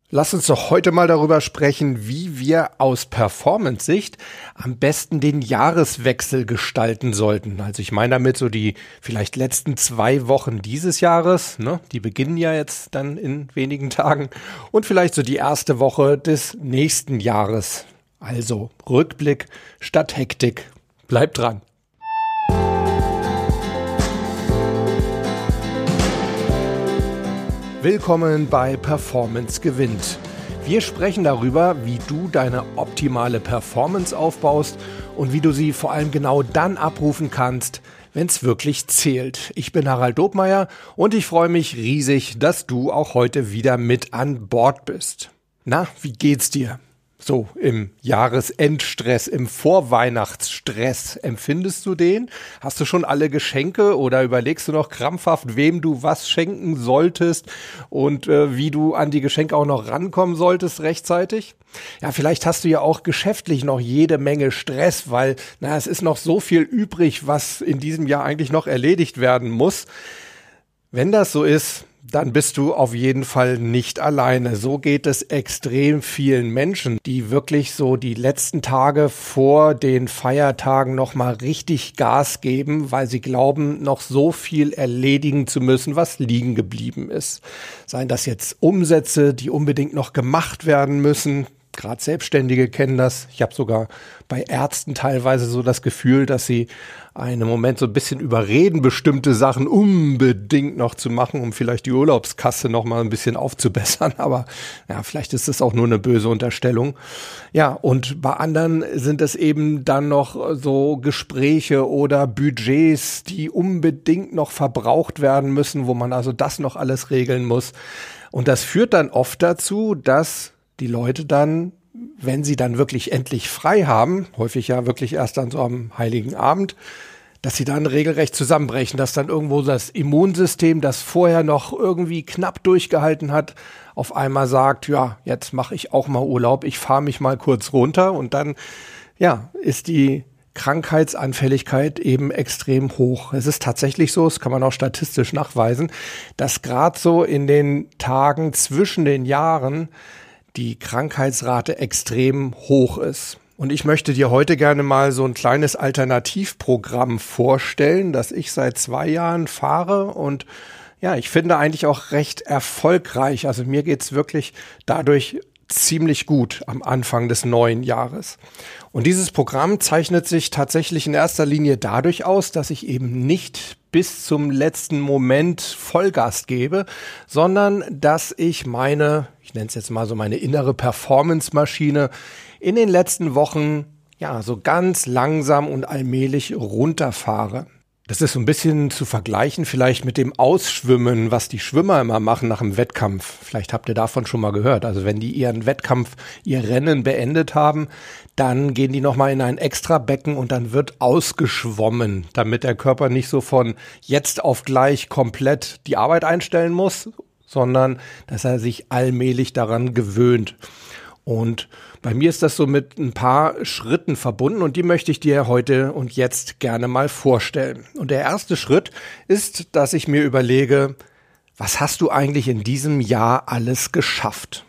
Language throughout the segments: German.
Lass uns doch heute mal darüber sprechen, wie wir aus Performance-Sicht am besten den Jahreswechsel gestalten sollten. Also ich meine damit so die vielleicht letzten 2 Wochen dieses Jahres, ne? Die beginnen ja jetzt dann in wenigen Tagen, und vielleicht so die erste Woche des nächsten Jahres. Also Rückblick statt Hektik. Bleibt dran. Willkommen bei Performance gewinnt. Wir sprechen darüber, wie du deine optimale Performance aufbaust und wie du sie vor allem genau dann abrufen kannst, wenn es wirklich zählt. Ich bin Harald Dobmeier und ich freue mich riesig, dass du auch heute wieder mit an Bord bist. Na, wie geht's dir? So im Jahresendstress, im Vorweihnachtsstress, empfindest du den? Hast du schon alle Geschenke oder überlegst du noch krampfhaft, wem du was schenken solltest und wie du an die Geschenke auch noch rankommen solltest rechtzeitig? Ja, vielleicht hast du ja auch geschäftlich noch jede Menge Stress, weil es ist noch so viel übrig, was in diesem Jahr eigentlich noch erledigt werden muss. Wenn das so ist, dann bist du auf jeden Fall nicht alleine. So geht es extrem vielen Menschen, die wirklich so die letzten Tage vor den Feiertagen nochmal richtig Gas geben, weil sie glauben, noch so viel erledigen zu müssen, was liegen geblieben ist. Seien das jetzt Umsätze, die unbedingt noch gemacht werden müssen. Gerade Selbstständige kennen das. Ich habe sogar bei Ärzten teilweise so das Gefühl, dass sie einen Moment so ein bisschen überreden, bestimmte Sachen unbedingt noch zu machen, um vielleicht die Urlaubskasse noch mal ein bisschen aufzubessern. Aber ja, vielleicht ist das auch nur eine böse Unterstellung. Ja, und bei anderen sind es eben dann noch so Gespräche oder Budgets, die unbedingt noch verbraucht werden müssen, wo man also das noch alles regeln muss. Und das führt dann oft dazu, dass die Leute dann, wenn sie dann wirklich endlich frei haben, häufig ja wirklich erst dann so am Heiligen Abend, dass sie dann regelrecht zusammenbrechen, dass dann irgendwo das Immunsystem, das vorher noch irgendwie knapp durchgehalten hat, auf einmal sagt, ja, jetzt mache ich auch mal Urlaub, ich fahre mich mal kurz runter, und dann, ja, ist die Krankheitsanfälligkeit eben extrem hoch. Es ist tatsächlich so, das kann man auch statistisch nachweisen, dass gerade so in den Tagen zwischen den Jahren die Krankheitsrate extrem hoch ist. Und ich möchte dir heute gerne mal so ein kleines Alternativprogramm vorstellen, das ich seit 2 Jahren fahre und ja, ich finde eigentlich auch recht erfolgreich. Also mir geht's wirklich dadurch ziemlich gut am Anfang des neuen Jahres. Und dieses Programm zeichnet sich tatsächlich in erster Linie dadurch aus, dass ich eben nicht bis zum letzten Moment Vollgas gebe, sondern dass ich ich nenne es jetzt mal so meine innere Performance-Maschine, in den letzten Wochen ja so ganz langsam und allmählich runterfahre. Das ist so ein bisschen zu vergleichen vielleicht mit dem Ausschwimmen, was die Schwimmer immer machen nach dem Wettkampf. Vielleicht habt ihr davon schon mal gehört. Also wenn die ihren Wettkampf, ihr Rennen beendet haben, dann gehen die nochmal in ein extra Becken und dann wird ausgeschwommen, damit der Körper nicht so von jetzt auf gleich komplett die Arbeit einstellen muss, sondern dass er sich allmählich daran gewöhnt. Und bei mir ist das so mit ein paar Schritten verbunden und die möchte ich dir heute und jetzt gerne mal vorstellen. Und der erste Schritt ist, dass ich mir überlege, was hast du eigentlich in diesem Jahr alles geschafft?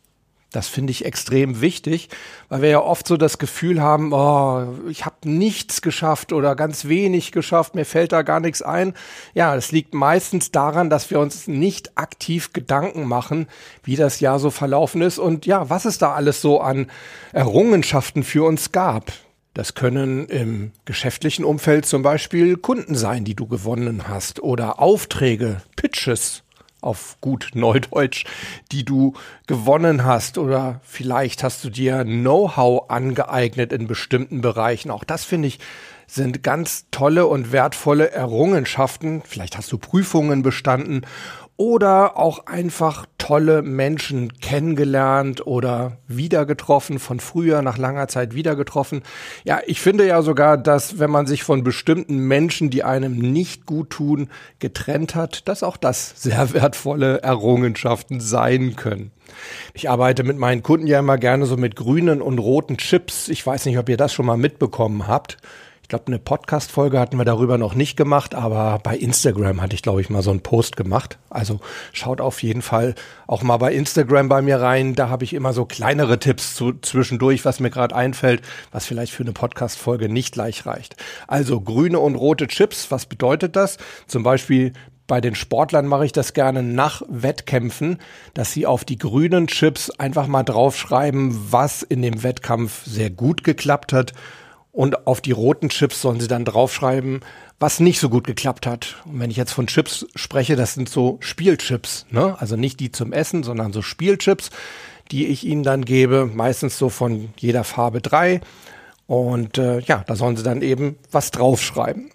Das finde ich extrem wichtig, weil wir ja oft so das Gefühl haben, ich habe nichts geschafft oder ganz wenig geschafft, mir fällt da gar nichts ein. Ja, das liegt meistens daran, dass wir uns nicht aktiv Gedanken machen, wie das Jahr so verlaufen ist und ja, was es da alles so an Errungenschaften für uns gab. Das können im geschäftlichen Umfeld zum Beispiel Kunden sein, die du gewonnen hast, oder Aufträge, Pitches auf gut Neudeutsch, die du gewonnen hast, oder vielleicht hast du dir Know-how angeeignet in bestimmten Bereichen. Auch das, finde ich, sind ganz tolle und wertvolle Errungenschaften. Vielleicht hast du Prüfungen bestanden oder auch einfach tolle Menschen kennengelernt oder wieder getroffen, von früher nach langer Zeit wieder getroffen. Ja, ich finde ja sogar, dass wenn man sich von bestimmten Menschen, die einem nicht gut tun, getrennt hat, dass auch das sehr wertvolle Errungenschaften sein können. Ich arbeite mit meinen Kunden ja immer gerne so mit grünen und roten Chips. Ich weiß nicht, ob ihr das schon mal mitbekommen habt. Ich glaube, eine Podcast-Folge hatten wir darüber noch nicht gemacht, aber bei Instagram hatte ich, glaube ich, mal so einen Post gemacht. Also schaut auf jeden Fall auch mal bei Instagram bei mir rein. Da habe ich immer so kleinere Tipps zwischendurch, was mir gerade einfällt, was vielleicht für eine Podcast-Folge nicht gleich reicht. Also grüne und rote Chips, was bedeutet das? Zum Beispiel bei den Sportlern mache ich das gerne nach Wettkämpfen, dass sie auf die grünen Chips einfach mal draufschreiben, was in dem Wettkampf sehr gut geklappt hat. Und auf die roten Chips sollen sie dann draufschreiben, was nicht so gut geklappt hat. Und wenn ich jetzt von Chips spreche, das sind so Spielchips, ne? Also nicht die zum Essen, sondern so Spielchips, die ich ihnen dann gebe, meistens so von jeder Farbe 3. Und da sollen sie dann eben was draufschreiben.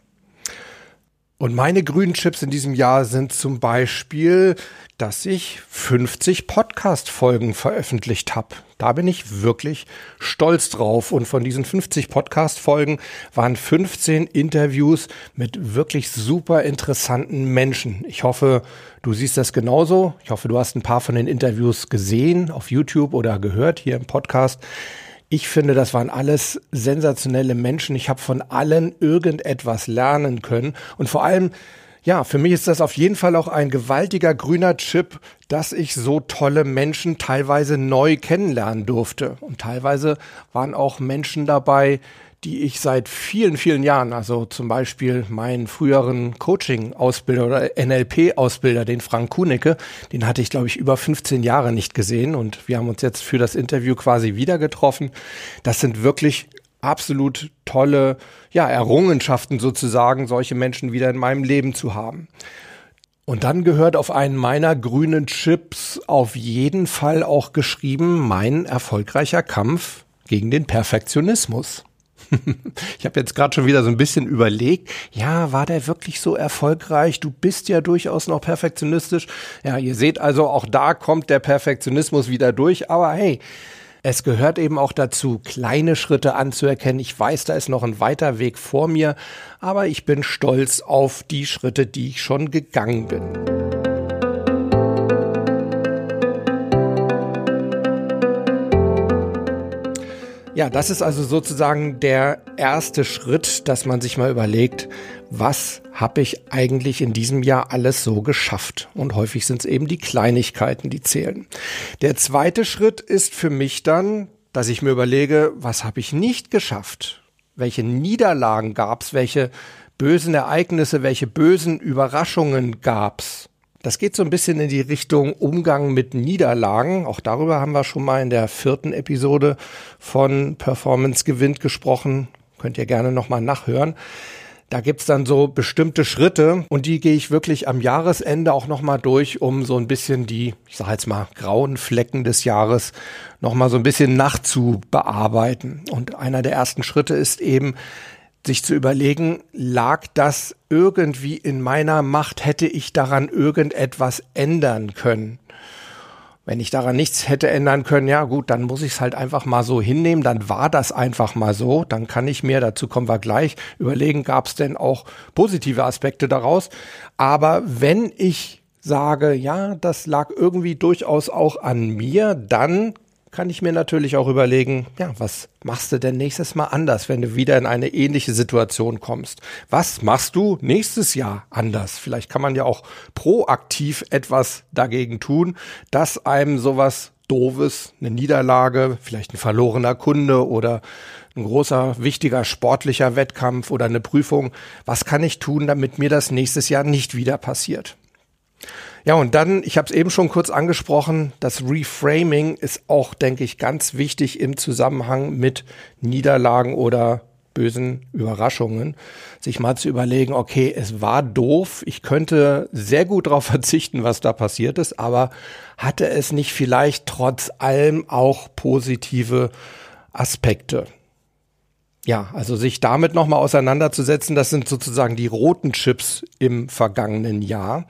Und meine grünen Chips in diesem Jahr sind zum Beispiel, dass ich 50 Podcast-Folgen veröffentlicht habe. Da bin ich wirklich stolz drauf. Und von diesen 50 Podcast-Folgen waren 15 Interviews mit wirklich super interessanten Menschen. Ich hoffe, du siehst das genauso. Ich hoffe, du hast ein paar von den Interviews gesehen auf YouTube oder gehört hier im Podcast. Ich finde, das waren alles sensationelle Menschen. Ich habe von allen irgendetwas lernen können. Und vor allem, ja, für mich ist das auf jeden Fall auch ein gewaltiger grüner Chip, dass ich so tolle Menschen teilweise neu kennenlernen durfte. Und teilweise waren auch Menschen dabei, die ich seit vielen, vielen Jahren, also zum Beispiel meinen früheren Coaching-Ausbilder oder NLP-Ausbilder, den Frank Kunicke, den hatte ich, glaube ich, über 15 Jahre nicht gesehen und wir haben uns jetzt für das Interview quasi wieder getroffen. Das sind wirklich absolut tolle, Errungenschaften sozusagen, solche Menschen wieder in meinem Leben zu haben. Und dann gehört auf einen meiner grünen Chips auf jeden Fall auch geschrieben, mein erfolgreicher Kampf gegen den Perfektionismus. Ich habe jetzt gerade schon wieder so ein bisschen überlegt, war der wirklich so erfolgreich? Du bist ja durchaus noch perfektionistisch. Ja, ihr seht also, auch da kommt der Perfektionismus wieder durch. Aber hey, es gehört eben auch dazu, kleine Schritte anzuerkennen. Ich weiß, da ist noch ein weiter Weg vor mir, aber ich bin stolz auf die Schritte, die ich schon gegangen bin. Ja, das ist also sozusagen der erste Schritt, dass man sich mal überlegt, was habe ich eigentlich in diesem Jahr alles so geschafft? Und häufig sind es eben die Kleinigkeiten, die zählen. Der zweite Schritt ist für mich dann, dass ich mir überlege, was habe ich nicht geschafft? Welche Niederlagen gab es? Welche bösen Ereignisse, welche bösen Überraschungen gab es? Das geht so ein bisschen in die Richtung Umgang mit Niederlagen. Auch darüber haben wir schon mal in der 4. Episode von Performance gewinnt gesprochen. Könnt ihr gerne nochmal nachhören. Da gibt's dann so bestimmte Schritte und die gehe ich wirklich am Jahresende auch nochmal durch, um so ein bisschen die, ich sage jetzt mal, grauen Flecken des Jahres nochmal so ein bisschen nachzubearbeiten. Und einer der ersten Schritte ist eben, sich zu überlegen, lag das irgendwie in meiner Macht, hätte ich daran irgendetwas ändern können? Wenn ich daran nichts hätte ändern können, ja gut, dann muss ich es halt einfach mal so hinnehmen, dann war das einfach mal so, dann kann ich mir, dazu kommen wir gleich, überlegen, gab es denn auch positive Aspekte daraus? Aber wenn ich sage, ja, das lag irgendwie durchaus auch an mir, dann kann ich mir natürlich auch überlegen, was machst du denn nächstes Mal anders, wenn du wieder in eine ähnliche Situation kommst? Was machst du nächstes Jahr anders? Vielleicht kann man ja auch proaktiv etwas dagegen tun, dass einem sowas Doofes, eine Niederlage, vielleicht ein verlorener Kunde oder ein großer, wichtiger sportlicher Wettkampf oder eine Prüfung, was kann ich tun, damit mir das nächstes Jahr nicht wieder passiert? Ja, und dann, ich habe es eben schon kurz angesprochen, das Reframing ist auch, denke ich, ganz wichtig im Zusammenhang mit Niederlagen oder bösen Überraschungen. Sich mal zu überlegen, okay, es war doof, ich könnte sehr gut darauf verzichten, was da passiert ist, aber hatte es nicht vielleicht trotz allem auch positive Aspekte? Ja, also sich damit nochmal auseinanderzusetzen, das sind sozusagen die roten Chips im vergangenen Jahr.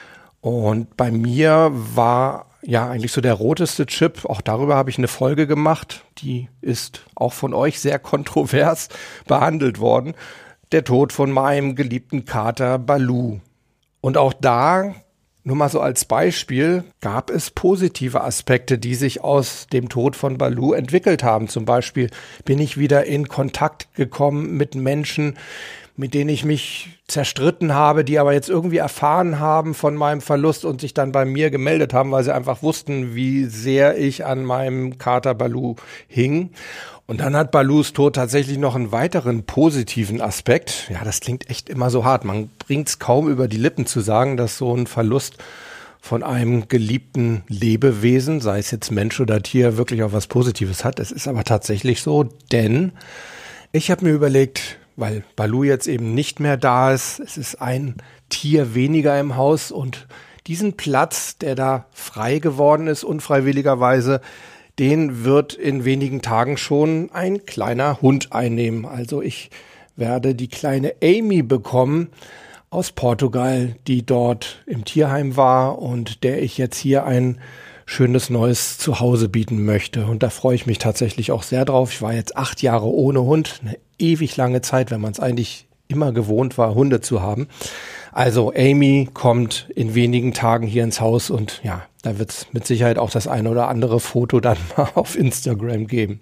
Und bei mir war eigentlich so der roteste Chip, auch darüber habe ich eine Folge gemacht, die ist auch von euch sehr kontrovers behandelt worden, der Tod von meinem geliebten Kater Baloo. Und auch da Nur mal so als Beispiel, gab es positive Aspekte, die sich aus dem Tod von Baloo entwickelt haben. Zum Beispiel bin ich wieder in Kontakt gekommen mit Menschen, mit denen ich mich zerstritten habe, die aber jetzt irgendwie erfahren haben von meinem Verlust und sich dann bei mir gemeldet haben, weil sie einfach wussten, wie sehr ich an meinem Kater Baloo hing. Und dann hat Baloos Tod tatsächlich noch einen weiteren positiven Aspekt. Ja, das klingt echt immer so hart. Man bringt es kaum über die Lippen zu sagen, dass so ein Verlust von einem geliebten Lebewesen, sei es jetzt Mensch oder Tier, wirklich auch was Positives hat. Es ist aber tatsächlich so, denn ich habe mir überlegt, weil Baloo jetzt eben nicht mehr da ist, es ist ein Tier weniger im Haus und diesen Platz, der da frei geworden ist, unfreiwilligerweise, den wird in wenigen Tagen schon ein kleiner Hund einnehmen. Also ich werde die kleine Amy bekommen aus Portugal, die dort im Tierheim war und der ich jetzt hier ein schönes neues Zuhause bieten möchte. Und da freue ich mich tatsächlich auch sehr drauf. Ich war jetzt 8 Jahre ohne Hund, eine ewig lange Zeit, wenn man es eigentlich immer gewohnt war, Hunde zu haben. Also Amy kommt in wenigen Tagen hier ins Haus und ja, da wird es mit Sicherheit auch das eine oder andere Foto dann mal auf Instagram geben.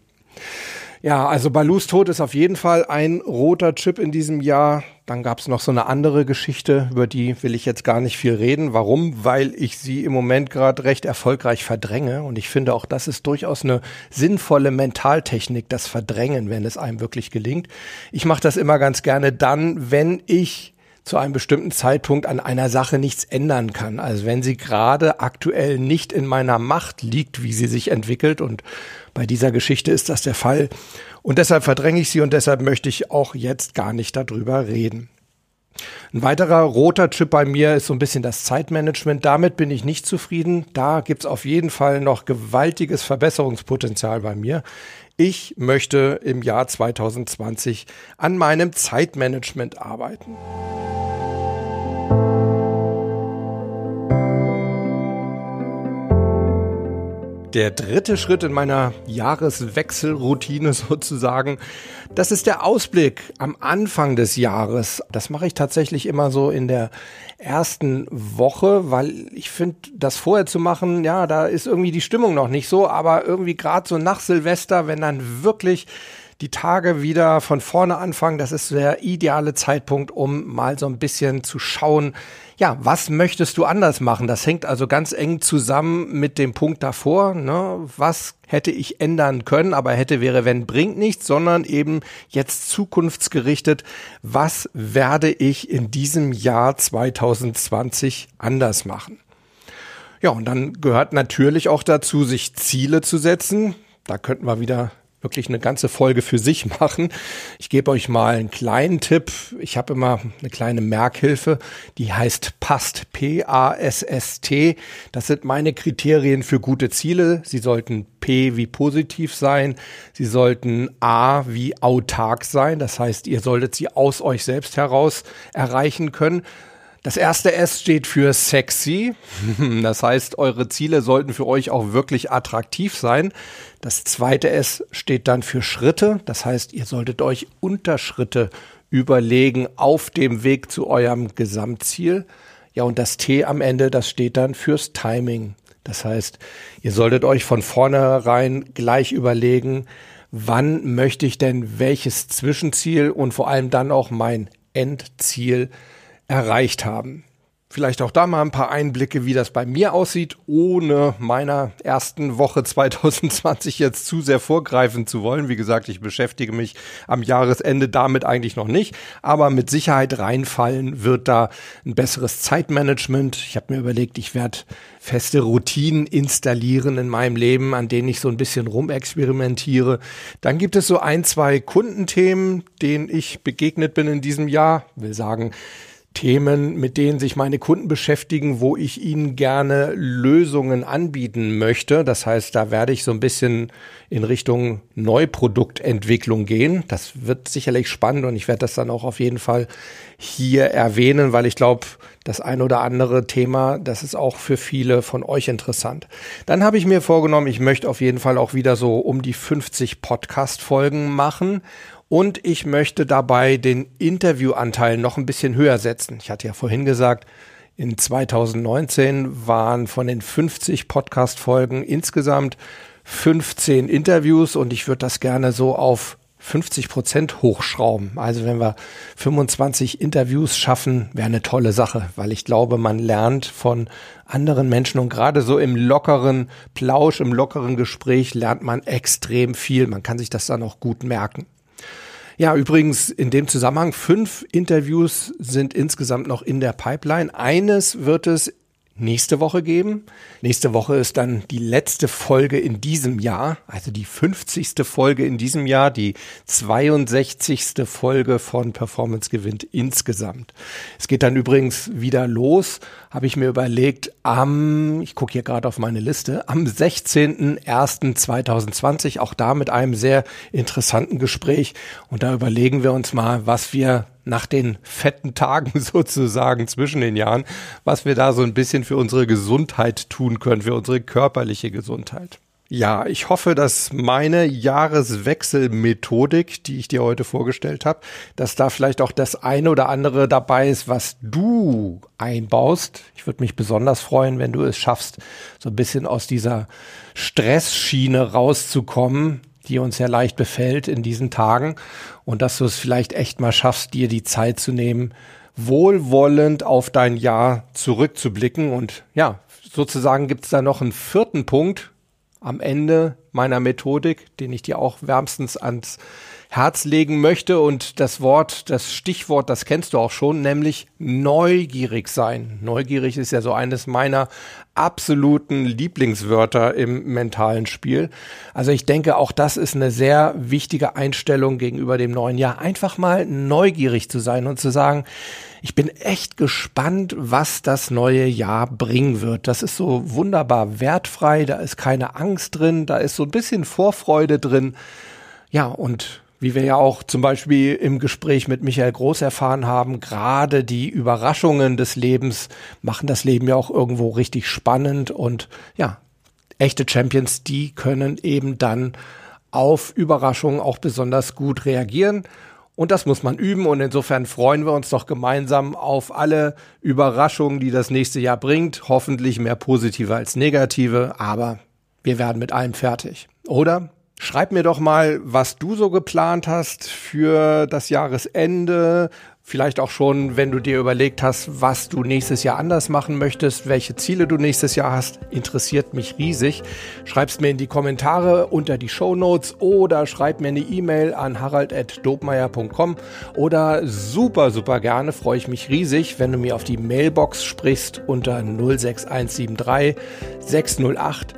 Ja, also Baloos Tod ist auf jeden Fall ein roter Chip in diesem Jahr. Dann gab es noch so eine andere Geschichte, über die will ich jetzt gar nicht viel reden. Warum? Weil ich sie im Moment gerade recht erfolgreich verdränge. Und ich finde auch, das ist durchaus eine sinnvolle Mentaltechnik, das Verdrängen, wenn es einem wirklich gelingt. Ich mache das immer ganz gerne dann, wenn ich zu einem bestimmten Zeitpunkt an einer Sache nichts ändern kann. Also wenn sie gerade aktuell nicht in meiner Macht liegt, wie sie sich entwickelt. Und bei dieser Geschichte ist das der Fall. Und deshalb verdränge ich sie und deshalb möchte ich auch jetzt gar nicht darüber reden. Ein weiterer roter Chip bei mir ist so ein bisschen das Zeitmanagement. Damit bin ich nicht zufrieden. Da gibt's auf jeden Fall noch gewaltiges Verbesserungspotenzial bei mir. Ich möchte im Jahr 2020 an meinem Zeitmanagement arbeiten. Der dritte Schritt in meiner Jahreswechselroutine sozusagen, das ist der Ausblick am Anfang des Jahres. Das mache ich tatsächlich immer so in der ersten Woche, weil ich finde, das vorher zu machen, ja, da ist irgendwie die Stimmung noch nicht so, aber irgendwie gerade so nach Silvester, wenn dann wirklich die Tage wieder von vorne anfangen, das ist der ideale Zeitpunkt, um mal so ein bisschen zu schauen, ja, was möchtest du anders machen? Das hängt also ganz eng zusammen mit dem Punkt davor, ne? Was hätte ich ändern können, aber hätte, wäre, wenn, bringt nichts, sondern eben jetzt zukunftsgerichtet, was werde ich in diesem Jahr 2020 anders machen? Ja, und dann gehört natürlich auch dazu, sich Ziele zu setzen. Da könnten wir wieder wirklich eine ganze Folge für sich machen. Ich gebe euch mal einen kleinen Tipp. Ich habe immer eine kleine Merkhilfe, die heißt PAST, P-A-S-S-T. Das sind meine Kriterien für gute Ziele. Sie sollten P wie positiv sein. Sie sollten A wie autark sein. Das heißt, ihr solltet sie aus euch selbst heraus erreichen können. Das erste S steht für sexy. Das heißt, eure Ziele sollten für euch auch wirklich attraktiv sein. Das zweite S steht dann für Schritte. Das heißt, ihr solltet euch Unterschritte überlegen auf dem Weg zu eurem Gesamtziel. Ja, und das T am Ende, das steht dann fürs Timing. Das heißt, ihr solltet euch von vornherein gleich überlegen, wann möchte ich denn welches Zwischenziel und vor allem dann auch mein Endziel erreicht haben. Vielleicht auch da mal ein paar Einblicke, wie das bei mir aussieht, ohne meiner ersten Woche 2020 jetzt zu sehr vorgreifen zu wollen. Wie gesagt, ich beschäftige mich am Jahresende damit eigentlich noch nicht, aber mit Sicherheit reinfallen wird da ein besseres Zeitmanagement. Ich habe mir überlegt, ich werde feste Routinen installieren in meinem Leben, an denen ich so ein bisschen rumexperimentiere. Dann gibt es so 1, 2 Kundenthemen, denen ich begegnet bin in diesem Jahr. Ich will sagen, Themen, mit denen sich meine Kunden beschäftigen, wo ich ihnen gerne Lösungen anbieten möchte. Das heißt, da werde ich so ein bisschen in Richtung Neuproduktentwicklung gehen. Das wird sicherlich spannend und ich werde das dann auch auf jeden Fall hier erwähnen, weil ich glaube, das ein oder andere Thema, das ist auch für viele von euch interessant. Dann habe ich mir vorgenommen, ich möchte auf jeden Fall auch wieder so um die 50 Podcast-Folgen machen. Und ich möchte dabei den Interviewanteil noch ein bisschen höher setzen. Ich hatte ja vorhin gesagt, In 2019 waren von den 50 Podcast-Folgen insgesamt 15 Interviews und ich würde das gerne so auf 50% hochschrauben. Also wenn wir 25 Interviews schaffen, wäre eine tolle Sache, weil ich glaube, man lernt von anderen Menschen und gerade so im lockeren Plausch, im lockeren Gespräch lernt man extrem viel. Man kann sich das dann auch gut merken. Ja, übrigens in dem Zusammenhang 5 Interviews sind insgesamt noch in der Pipeline. Eines wird es nächste Woche geben. Nächste Woche ist dann die letzte Folge in diesem Jahr, also die 50. Folge in diesem Jahr, die 62. Folge von Performance gewinnt insgesamt. Es geht dann übrigens wieder los, habe ich mir überlegt, ich gucke hier gerade auf meine Liste, am 16.01.2020, auch da mit einem sehr interessanten Gespräch. Und da überlegen wir uns mal, was wir nach den fetten Tagen sozusagen zwischen den Jahren, was wir da so ein bisschen für unsere Gesundheit tun können, für unsere körperliche Gesundheit. Ja, ich hoffe, dass meine Jahreswechselmethodik, die ich dir heute vorgestellt habe, dass da vielleicht auch das eine oder andere dabei ist, was du einbaust. Ich würde mich besonders freuen, wenn du es schaffst, so ein bisschen aus dieser Stressschiene rauszukommen, die uns ja leicht befällt in diesen Tagen und dass du es vielleicht echt mal schaffst, dir die Zeit zu nehmen, wohlwollend auf dein Jahr zurückzublicken. Und ja, sozusagen gibt es da noch einen 4. Punkt am Ende meiner Methodik, den ich dir auch wärmstens ans Herz legen möchte. Und das Stichwort, das kennst du auch schon, nämlich neugierig sein. Neugierig ist ja so eines meiner absoluten Lieblingswörter im mentalen Spiel. Also ich denke, auch das ist eine sehr wichtige Einstellung gegenüber dem neuen Jahr. Einfach mal neugierig zu sein und zu sagen, ich bin echt gespannt, was das neue Jahr bringen wird. Das ist so wunderbar wertfrei, da ist keine Angst drin, da ist so ein bisschen Vorfreude drin. Ja, und wie wir ja auch zum Beispiel im Gespräch mit Michael Groß erfahren haben, gerade die Überraschungen des Lebens machen das Leben ja auch irgendwo richtig spannend. Und ja, echte Champions, die können eben dann auf Überraschungen auch besonders gut reagieren. Und das muss man üben und insofern freuen wir uns doch gemeinsam auf alle Überraschungen, die das nächste Jahr bringt. Hoffentlich mehr positive als negative, aber wir werden mit allem fertig, oder? Schreib mir doch mal, was du so geplant hast für das Jahresende. Vielleicht auch schon, wenn du dir überlegt hast, was du nächstes Jahr anders machen möchtest, welche Ziele du nächstes Jahr hast, interessiert mich riesig. Schreib's mir in die Kommentare unter die Shownotes oder schreib mir eine E-Mail an harald@dobmeier.com oder super gerne, freue ich mich riesig, wenn du mir auf die Mailbox sprichst unter 06173 608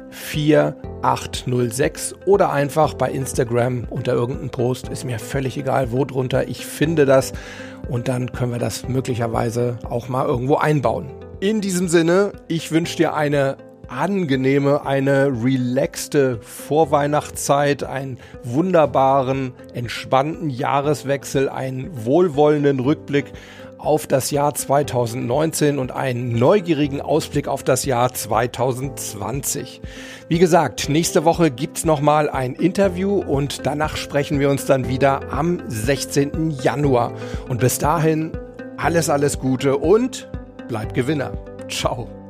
4806 oder einfach bei Instagram unter irgendeinem Post, ist mir völlig egal, wo drunter, ich finde das und dann können wir das möglicherweise auch mal irgendwo einbauen. In diesem Sinne, ich wünsche dir eine angenehme, eine relaxte Vorweihnachtszeit, einen wunderbaren, entspannten Jahreswechsel, einen wohlwollenden Rückblick auf das Jahr 2019 und einen neugierigen Ausblick auf das Jahr 2020. Wie gesagt, nächste Woche gibt's nochmal ein Interview und danach sprechen wir uns dann wieder am 16. Januar. Und bis dahin alles Gute und bleib Gewinner. Ciao.